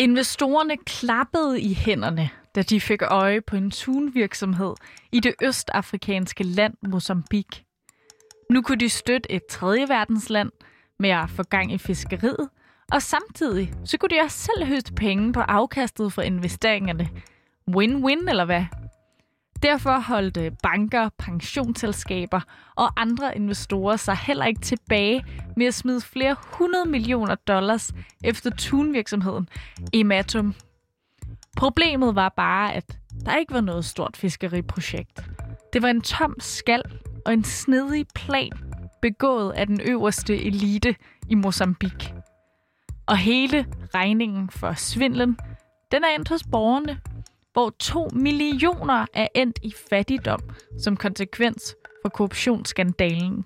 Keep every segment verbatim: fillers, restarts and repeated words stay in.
Investorerne klappede i hænderne, da de fik øje på en tunvirksomhed i det østafrikanske land Mozambique. Nu kunne de støtte et tredje verdensland med at få gang i fiskeriet, og samtidig så kunne de også selv høste penge på afkastet fra investeringerne. Win-win, eller hvad? Derfor holdte banker, pensionsselskaber og andre investorer sig heller ikke tilbage med at smide flere hundrede millioner dollars efter tunvirksomheden Ematum. Problemet var bare, at der ikke var noget stort fiskeriprojekt. Det var en tom skal og en snedig plan, begået af den øverste elite i Mozambique. Og hele regningen for svindlen, den er endt hos borgerne, hvor to millioner er endt i fattigdom som konsekvens for korruptionsskandalen.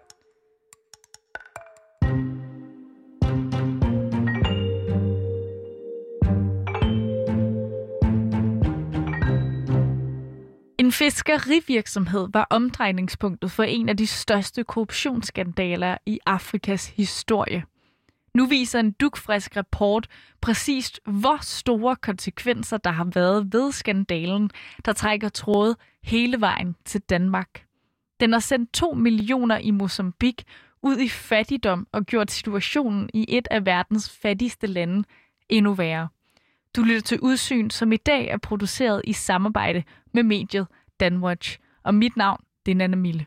En fiskerivirksomhed var omdrejningspunktet for en af de største korruptionsskandaler i Afrikas historie. Nu viser en dugfrisk rapport præcist, hvor store konsekvenser der har været ved skandalen, der trækker tråde hele vejen til Danmark. Den har sendt to millioner i Mozambique ud i fattigdom og gjort situationen i et af verdens fattigste lande endnu værre. Du lytter til Udsyn, som i dag er produceret i samarbejde med mediet Danwatch. Og mit navn, det er Nanna Mille.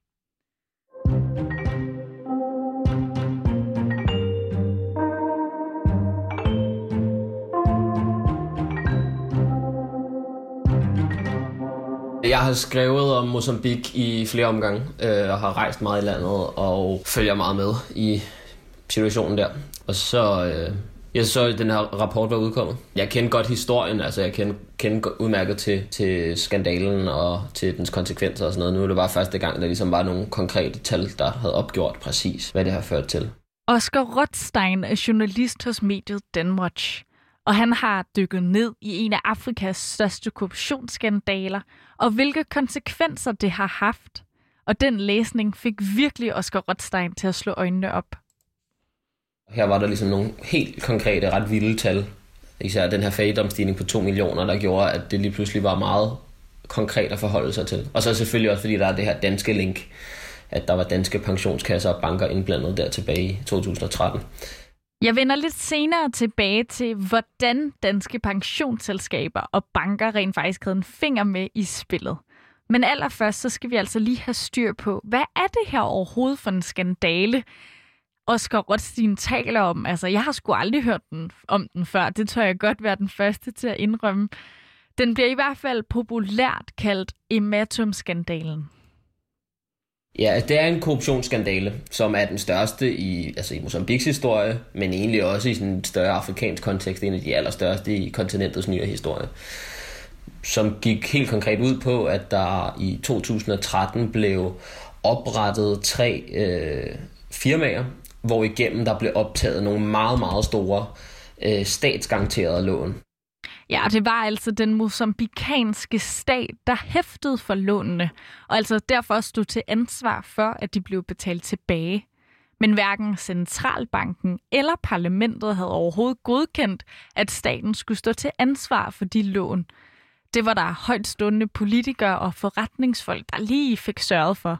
Jeg har skrevet om Mozambique i flere omgange, øh, og har rejst meget i landet og følger meget med i situationen der. Og så, øh, jeg så den her rapport var udkommet. Jeg kendte godt historien, altså jeg kendte, kendte udmærket til, til skandalen og til dens konsekvenser og sådan noget. Nu er det bare første gang, der ligesom var nogle konkrete tal, der havde opgjort præcis, hvad det har ført til. Oscar Rothstein er journalist hos mediet Danwatch. Og han har dykket ned i en af Afrikas største korruptionsskandaler, og hvilke konsekvenser det har haft. Og den læsning fik virkelig Oscar Rothstein til at slå øjnene op. Her var der ligesom nogle helt konkrete, ret vilde tal. Især den her fattigdomsstigning på to millioner, der gjorde, at det lige pludselig var meget konkret at forholde sig til. Og så selvfølgelig også, fordi der er det her danske link, at der var danske pensionskasser og banker indblandet der tilbage i to tusind og tretten. Jeg vender lidt senere tilbage til, hvordan danske pensionsselskaber og banker rent faktisk havde en finger med i spillet. Men allerførst så skal vi altså lige have styr på, hvad er det her overhovedet for en skandale, Oscar Rothstein taler om? Altså, jeg har sgu aldrig hørt den, om den før. Det tør jeg godt være den første til at indrømme. Den bliver i hvert fald populært kaldt Ematum-skandalen. Ja, det er en korruptionsskandale, som er den største i, altså i Mozambiques historie, men egentlig også i sådan en større afrikansk kontekst, en af de allerstørste i kontinentets nyere historie. Som gik helt konkret ud på, at der i to tusind og tretten blev oprettet tre øh, firmaer, hvor igennem der blev optaget nogle meget, meget store øh, statsgaranterede lån. Ja, det var altså den mozambikanske stat, der hæftede for lånene, og altså derfor stod til ansvar for, at de blev betalt tilbage. Men hverken centralbanken eller parlamentet havde overhovedet godkendt, at staten skulle stå til ansvar for de lån. Det var der højtstående politikere og forretningsfolk, der lige fik sørget for.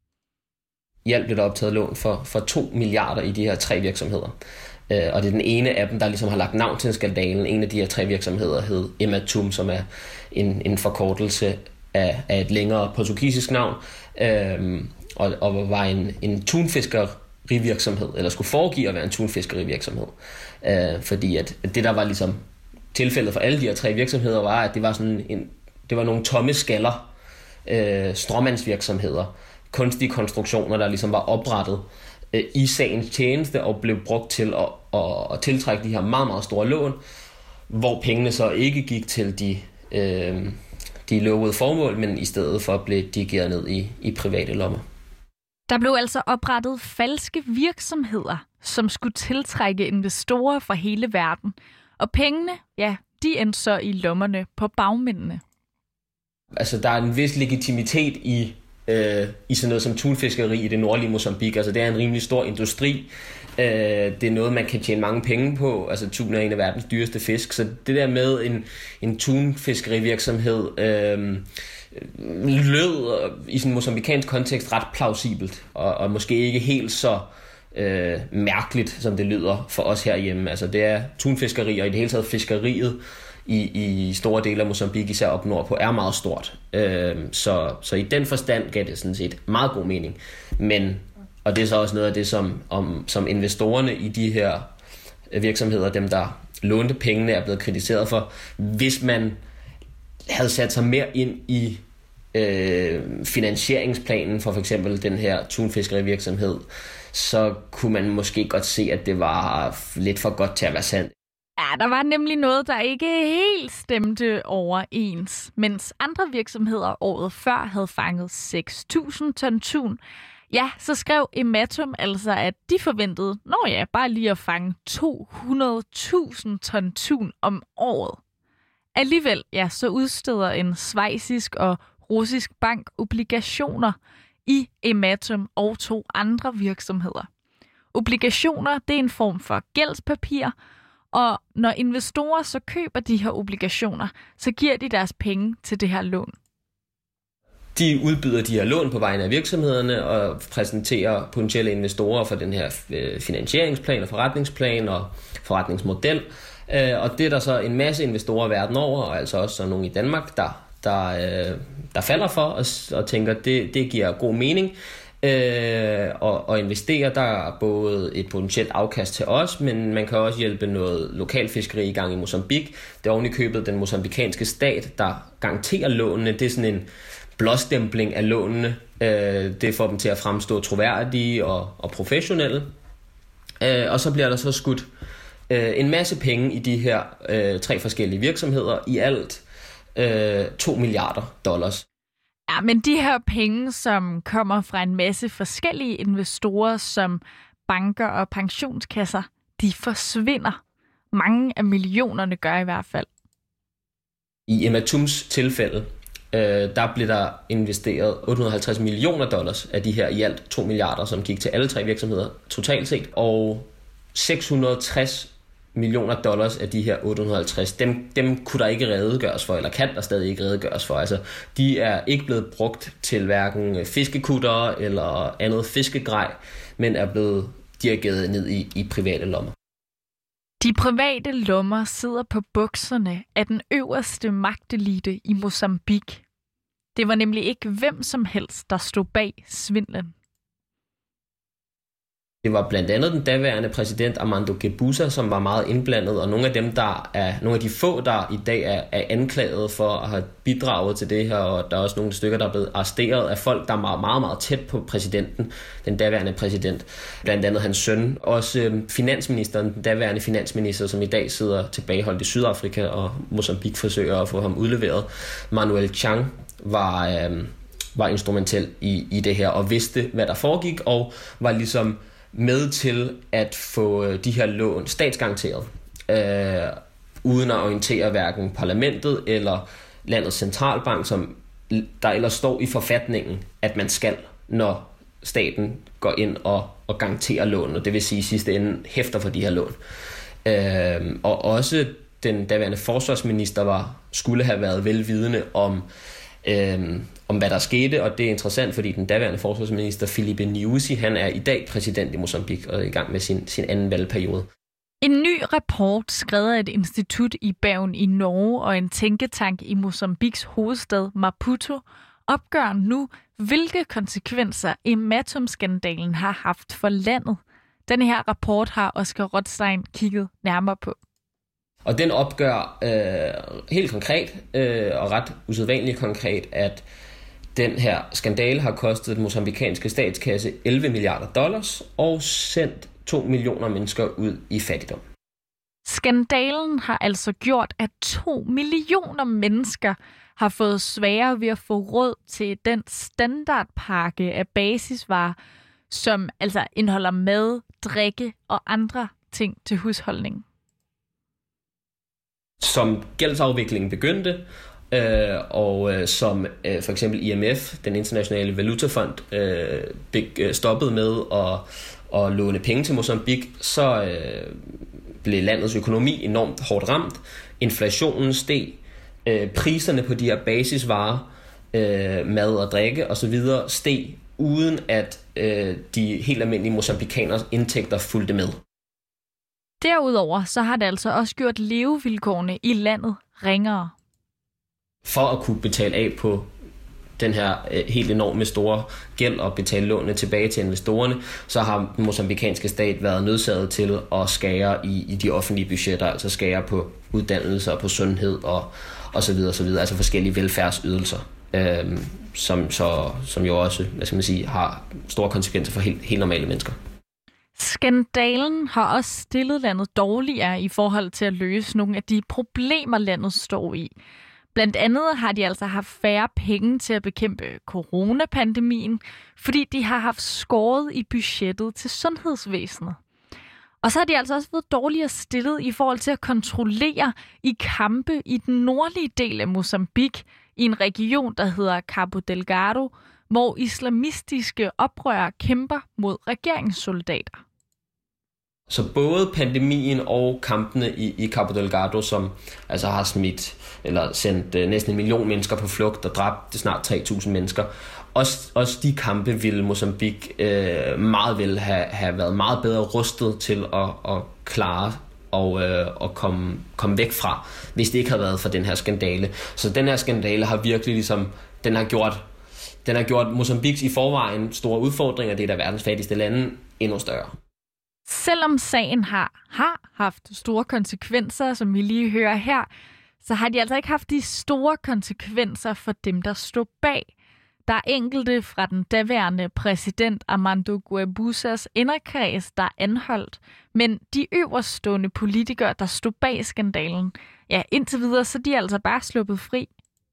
I alt blev der optaget lån for, for to milliarder i de her tre virksomheder. Uh, og det er den ene af dem, der ligesom har lagt navn til skandalen. En af de her tre virksomheder hed Ematum, som er en, en forkortelse af, af et længere portugisisk navn, uh, og, og var en, en tunfiskerivirksomhed, eller skulle foregive at være en tunfiskerivirksomhed. Uh, fordi at det, der var ligesom tilfældet for alle de her tre virksomheder, var, at det var, sådan en, det var nogle tomme skaller, uh, stråmandsvirksomheder, kunstige konstruktioner, der ligesom var oprettet i sagens tjeneste og blev brugt til at, at, at tiltrække de her meget, meget store lån, hvor pengene så ikke gik til de, øh, de lovede formål, men i stedet for blev dirigeret ned i, i private lommer. Der blev altså oprettet falske virksomheder, som skulle tiltrække investorer fra hele verden. Og pengene, ja, de endte så i lommerne på bagmændene. Altså, der er en vis legitimitet i øh, i sådan noget som tunfiskeri i det nordlige Mozambique. Altså det er en rimelig stor industri. Øh, det er noget, man kan tjene mange penge på. Altså tun er en af verdens dyreste fisk. Så det der med en, en tunfiskerivirksomhed øh, lød i sådan en mozambikansk kontekst ret plausibelt. Og, og måske ikke helt så øh, mærkeligt, som det lyder for os herhjemme. Altså det er tunfiskeri og i det hele taget fiskeriet i, i store dele af Mozambique, især op nordpå, er meget stort. Øh, så, så i den forstand gav det sådan set meget god mening. Men, og det er så også noget af det, som, om, som investorerne i de her virksomheder, dem der lånte pengene, er blevet kritiseret for. Hvis man havde sat sig mere ind i øh, finansieringsplanen for for eksempel den her tunfiskerivirksomhed, så kunne man måske godt se, at det var lidt for godt til at være sandt. Ja, der var nemlig noget, der ikke helt stemte overens. Mens andre virksomheder året før havde fanget seks tusind ton tun, ja, så skrev Ematum altså, at de forventede, nå ja, bare lige at fange to hundrede tusind ton tun om året. Alligevel, ja, så udsteder en schweizisk og russisk bank obligationer i Ematum og to andre virksomheder. Obligationer, det er en form for gældspapir, og når investorer så køber de her obligationer, så giver de deres penge til det her lån. De udbyder de her lån på vegne af virksomhederne og præsenterer potentielle investorer for den her finansieringsplan og forretningsplan og forretningsmodel. Og det er der så en masse investorer verden over, og altså også nogle i Danmark, der, der, der falder for og, og tænker, at det, det giver god mening. Øh, og, og investere, der er både et potentielt afkast til os, men man kan også hjælpe noget lokal fiskeri i gang i Mozambique. Det er oven i købet den mozambikanske stat, der garanterer lånene. Det er sådan en blåstempling af lånene. Øh, det får dem til at fremstå troværdige og, og professionelle. Øh, og så bliver der så skudt øh, en masse penge i de her øh, tre forskellige virksomheder. I alt øh, to milliarder dollars. Ja, men de her penge, som kommer fra en masse forskellige investorer, som banker og pensionskasser, de forsvinder. Mange af millionerne gør i hvert fald. I Ematums tilfælde, øh, der blev der investeret otte hundrede og halvtreds millioner dollars af de her i alt to milliarder, som gik til alle tre virksomheder totalt set. Og seks hundrede og tres millioner dollars af de her otte hundrede og halvtreds, dem, dem kunne der ikke redegøres for, eller kan der stadig ikke redegøres for. Altså, de er ikke blevet brugt til hverken fiskekutter eller andet fiskegrej, men er blevet dirigeret ned i, i private lommer. De private lommer sidder på bukserne af den øverste magtelite i Mozambique. Det var nemlig ikke hvem som helst, der stod bag svindlen. Det var blandt andet den daværende præsident Armando Guebuza, som var meget indblandet, og nogle af dem, der er nogle af de få, der i dag er, er anklaget for at have bidraget til det her, og der er også nogle stykker, der er blevet arresteret af folk, der er meget, meget, meget tæt på præsidenten, den daværende præsident, blandt andet hans søn, også øh, finansministeren, den daværende finansminister, som i dag sidder tilbageholdt i Sydafrika, og Mozambique forsøger at få ham udleveret. Manuel Chang var, øh, var instrumentel i, i det her, og vidste, hvad der foregik, og var ligesom med til at få de her lån statsgaranteret, øh, uden at orientere hverken parlamentet eller landets centralbank, som der ellers står i forfatningen, at man skal, når staten går ind og, og garanterer lån, det vil sige i sidste ende hæfter for de her lån. Øh, og også den daværende forsvarsminister var, skulle have været velvidende om Øhm, om hvad der skete, og det er interessant, fordi den daværende forsvarsminister Filipe Nyusi, han er i dag præsident i Mozambique og er i gang med sin, sin anden valgperiode. En ny rapport skrevet af et institut i Bergen i Norge og en tænketank i Mozambiques hovedstad Maputo opgør nu, hvilke konsekvenser Ematum-skandalen har haft for landet. Denne her rapport har Oscar Rothstein kigget nærmere på. Og den opgør øh, helt konkret øh, og ret usædvanligt konkret, at den her skandale har kostet den mozambikanske statskasse elleve milliarder dollars og sendt to millioner mennesker ud i fattigdom. Skandalen har altså gjort, at to millioner mennesker har fået sværere ved at få råd til den standardpakke af basisvarer, som altså indeholder mad, drikke og andre ting til husholdningen. Som gældsafviklingen begyndte, øh, og øh, som øh, for eksempel I M F, den internationale valutafond, øh, be- stoppede med at, at låne penge til Mozambique, så øh, blev landets økonomi enormt hårdt ramt. Inflationen steg, øh, priserne på de her basisvarer, øh, mad og drikke osv. steg, uden at øh, de helt almindelige mozambikaners indtægter fulgte med. Derudover så har det altså også gjort levevilkårene i landet ringere. For at kunne betale af på den her øh, helt enorme store gæld og betale lånene tilbage til investorerne, så har den mozambikanske stat været nødsaget til at skære i, i de offentlige budgetter, altså skære på uddannelse og på sundhed og, og så videre, så videre, altså forskellige velfærdsydelser, øh, som, så, som jo også, hvad skal man sige, har store konsekvenser for helt, helt normale mennesker. Skandalen har også stillet landet dårligere i forhold til at løse nogle af de problemer, landet står i. Blandt andet har de altså haft færre penge til at bekæmpe coronapandemien, fordi de har haft skåret i budgettet til sundhedsvæsenet. Og så har de altså også været dårligere stillet i forhold til at kontrollere i kampe i den nordlige del af Mozambique, i en region, der hedder Cabo Delgado, hvor islamistiske oprørere kæmper mod regeringssoldater. Så både pandemien og kampene i, i Cabo Delgado, som altså har smidt eller sendt uh, næsten en million mennesker på flugt og dræbt snart tre tusind mennesker, også, også de kampe ville Mozambique uh, meget vel have, have været meget bedre rustet til at, at klare og, uh, at komme, komme væk fra, hvis det ikke havde været for den her skandale. Så den her skandale har virkelig ligesom, den har gjort, den har gjort Mozambiques i forvejen store udfordringer, det er der verdens fattigste lande, endnu større. Selvom sagen har, har haft store konsekvenser, som vi lige hører her, så har de altså ikke haft de store konsekvenser for dem, der stod bag. Der er enkelte fra den daværende præsident Armando Guebusas inderkreds, der er anholdt, men de øverstående politikere, der stod bag skandalen, ja, indtil videre, så de er altså bare sluppet fri.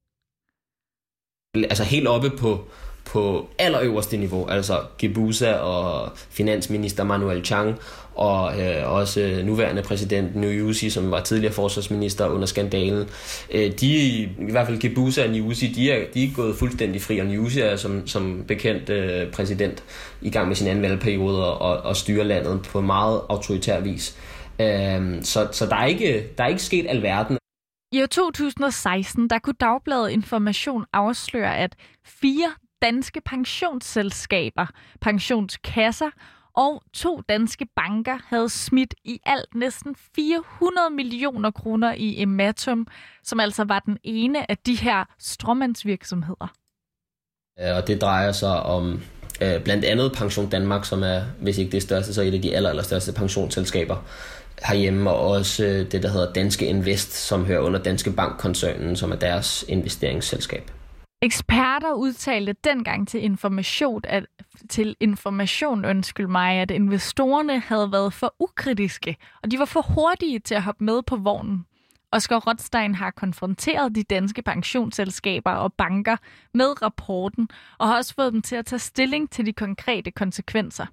Altså helt oppe på på allerøverste niveau, altså Guebuza og finansminister Manuel Chang og øh, også nuværende præsident Nyusi, som var tidligere forsvarsminister under skandalen. Øh, de, i hvert fald Guebuza og Nyusi, de er, de er gået fuldstændig fri, og Nyusi er som, som bekendt øh, præsident i gang med sin anden valgperiode og, og styrer landet på meget autoritær vis. Øh, så så der, er ikke, der er ikke sket alverden. I år to tusind og seksten, der kunne Dagbladet Information afsløre, at fire danske pensionsselskaber, pensionskasser og to danske banker havde smidt i alt næsten fire hundrede millioner kroner i Ematum, som altså var den ene af de her stråmandsvirksomheder. Og det drejer sig om øh, blandt andet Pension Danmark, som er, hvis ikke det største, så et af de aller, aller største pensionsselskaber herhjemme, og også øh, det, der hedder Danske Invest, som hører under Danske Bank-koncernen, som er deres investeringsselskab. Eksperter udtalte dengang til information, at, til information undskyld mig, at investorerne havde været for ukritiske, og de var for hurtige til at hoppe med på vognen. Oscar Rothstein har konfronteret de danske pensionsselskaber og banker med rapporten, og har også fået dem til at tage stilling til de konkrete konsekvenser.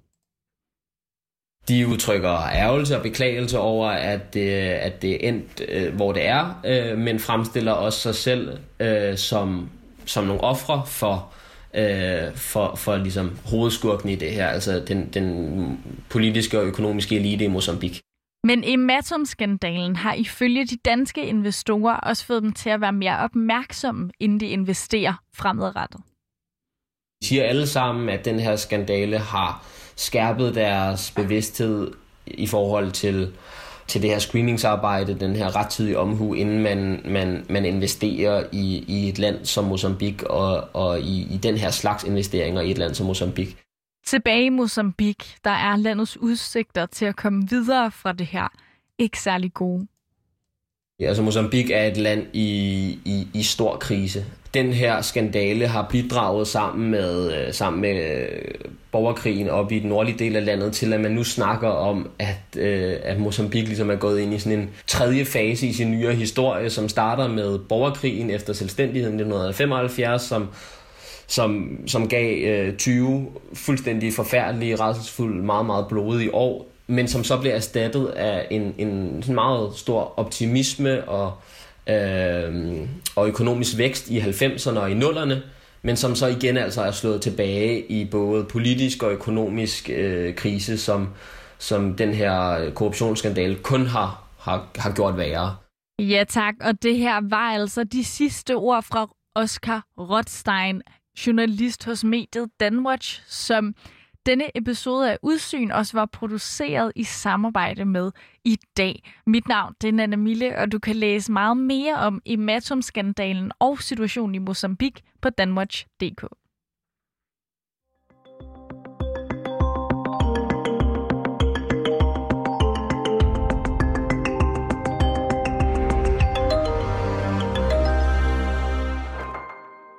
De udtrykker ærgelse og beklagelse over, at det, at det er endt, øh, hvor det er, øh, men fremstiller også sig selv øh, som som nogle ofre for, øh, for, for ligesom hovedskurken i det her, altså den, den politiske og økonomiske elite i Mozambique. Men Ematum-skandalen har ifølge de danske investorer også fået dem til at være mere opmærksomme, inden de investerer fremadrettet. De siger alle sammen, at den her skandale har skærpet deres bevidsthed i forhold til til det her screeningsarbejde, den her rettidige omhu, inden man, man, man investerer i, i et land som Mozambique, og, og i, i den her slags investeringer i et land som Mozambique. Tilbage i Mozambique, der er landets udsigter til at komme videre fra det her ikke særlig gode. Ja, altså Mozambique er et land i, i, i stor krise. Den her skandale har bidraget sammen med, sammen med borgerkrigen op i den nordlige del af landet til, at man nu snakker om, at, at Mozambique ligesom er gået ind i sådan en tredje fase i sin nyere historie, som starter med borgerkrigen efter selvstændigheden i nitten femoghalvfjerds, som, som, som gav tyve fuldstændig forfærdelige, rædselsfulde, meget, meget blodige år, men som så bliver erstattet af en, en sådan meget stor optimisme og øh, og økonomisk vækst i halvfemserne og i nullerne, men som så igen altså er slået tilbage i både politisk og økonomisk øh, krise, som, som den her korruptionsskandale kun har, har, har gjort værre. Ja tak, og det her var altså de sidste ord fra Oscar Rothstein, journalist hos mediet Danwatch, som denne episode af Udsyn også var produceret i samarbejde med i dag. Mit navn det er Nanna Mille, og du kan læse meget mere om Emattum-skandalen og situationen i Mozambique på danwatch punktum d k.